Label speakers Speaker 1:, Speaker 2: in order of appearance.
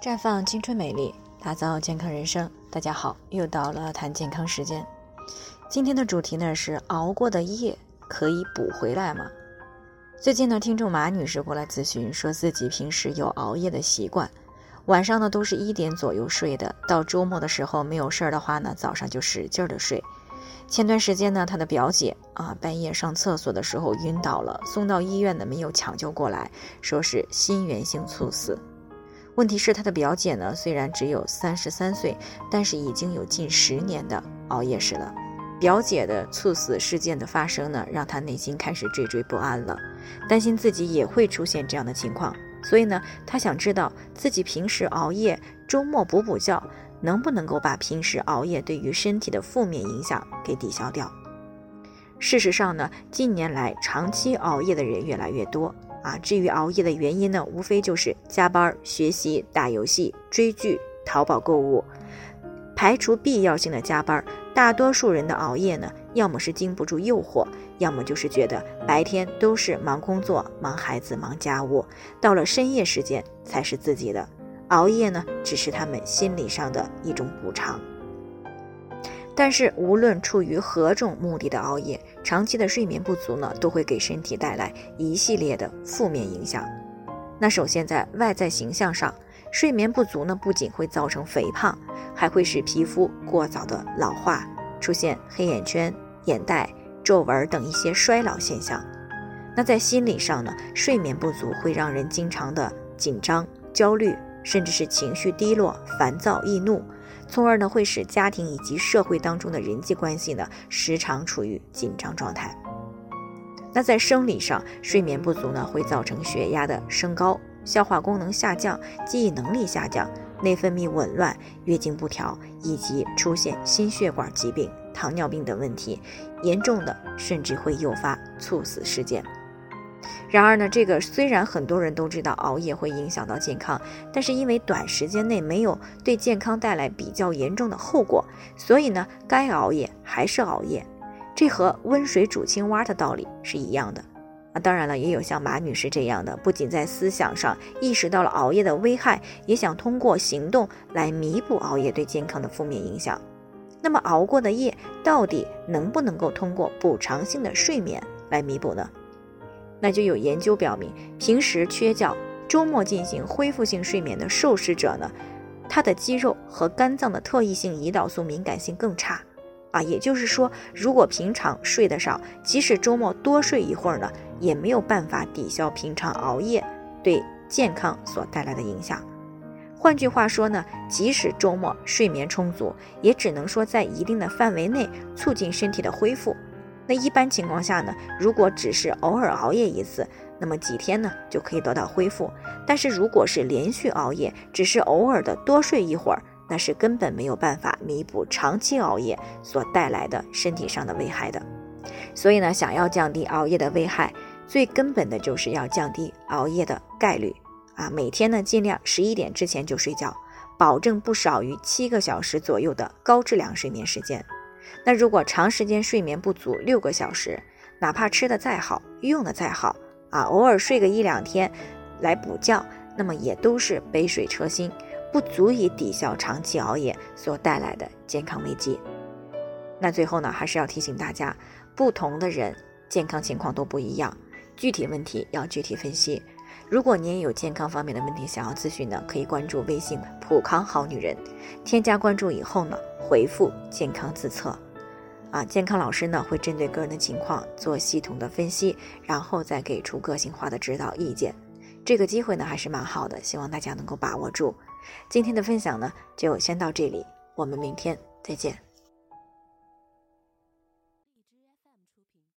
Speaker 1: 绽放青春美丽，打造健康人生。大家好，又到了谈健康时间。今天的主题呢是熬过的夜可以补回来吗？最近呢，听众马女士过来咨询，说自己平时有熬夜的习惯，晚上呢都是1点左右睡的，到周末的时候没有事儿的话呢，早上就使劲的睡。前段时间呢，她的表姐半夜上厕所的时候晕倒了，送到医院呢没有抢救过来，说是心源性猝死。问题是她的表姐呢，虽然只有33岁，但是已经有近10年的熬夜史了。表姐的猝死事件的发生呢，让她内心开始惴惴不安了，担心自己也会出现这样的情况。所以呢，她想知道自己平时熬夜，周末补补觉，能不能够把平时熬夜对于身体的负面影响给抵消掉。事实上呢，近年来长期熬夜的人越来越多至于熬夜的原因呢，无非就是加班、学习、打游戏、追剧、淘宝购物。排除必要性的加班，大多数人的熬夜呢，要么是经不住诱惑，要么就是觉得白天都是忙工作、忙孩子、忙家务，到了深夜时间才是自己的。熬夜呢，只是他们心理上的一种补偿。但是无论出于何种目的的熬夜，长期的睡眠不足呢，都会给身体带来一系列的负面影响。那首先在外在形象上，睡眠不足呢，不仅会造成肥胖，还会使皮肤过早的老化，出现黑眼圈、眼袋、皱纹等一些衰老现象。那在心理上呢，睡眠不足会让人经常的紧张、焦虑，甚至是情绪低落、烦躁、易怒，从而呢会使家庭以及社会当中的人际关系呢时常处于紧张状态。那在生理上，睡眠不足呢会造成血压的升高、消化功能下降、记忆能力下降、内分泌紊乱、月经不调，以及出现心血管疾病、糖尿病等问题，严重的甚至会诱发猝死事件。然而呢，这个虽然很多人都知道熬夜会影响到健康，但是因为短时间内没有对健康带来比较严重的后果，所以呢，该熬夜还是熬夜。这和温水煮青蛙的道理是一样的。当然了，也有像马女士这样的，不仅在思想上意识到了熬夜的危害，也想通过行动来弥补熬夜对健康的负面影响。那么熬过的夜到底能不能够通过补偿性的睡眠来弥补呢？那就有研究表明，平时缺觉，周末进行恢复性睡眠的受试者呢，他的肌肉和肝脏的特异性胰岛素敏感性更差也就是说，如果平常睡得少，即使周末多睡一会儿呢，也没有办法抵消平常熬夜对健康所带来的影响。换句话说呢，即使周末睡眠充足，也只能说在一定的范围内促进身体的恢复。那一般情况下呢，如果只是偶尔熬夜一次，那么几天呢就可以得到恢复。但是如果是连续熬夜，只是偶尔的多睡一会儿，那是根本没有办法弥补长期熬夜所带来的身体上的危害的。所以呢，想要降低熬夜的危害，最根本的就是要降低熬夜的概率每天呢尽量11点之前就睡觉，保证不少于7个小时左右的高质量睡眠时间。那如果长时间睡眠不足6个小时，哪怕吃得再好，用得再好偶尔睡个1-2天来补觉，那么也都是杯水车薪，不足以抵消长期熬夜所带来的健康危机。那最后呢，还是要提醒大家，不同的人健康情况都不一样，具体问题要具体分析。如果你也有健康方面的问题想要咨询呢，可以关注微信普康好女人，添加关注以后呢，回复健康自测健康老师呢会针对个人的情况做系统的分析，然后再给出个性化的指导意见。这个机会呢还是蛮好的，希望大家能够把握住。今天的分享呢就先到这里，我们明天再见。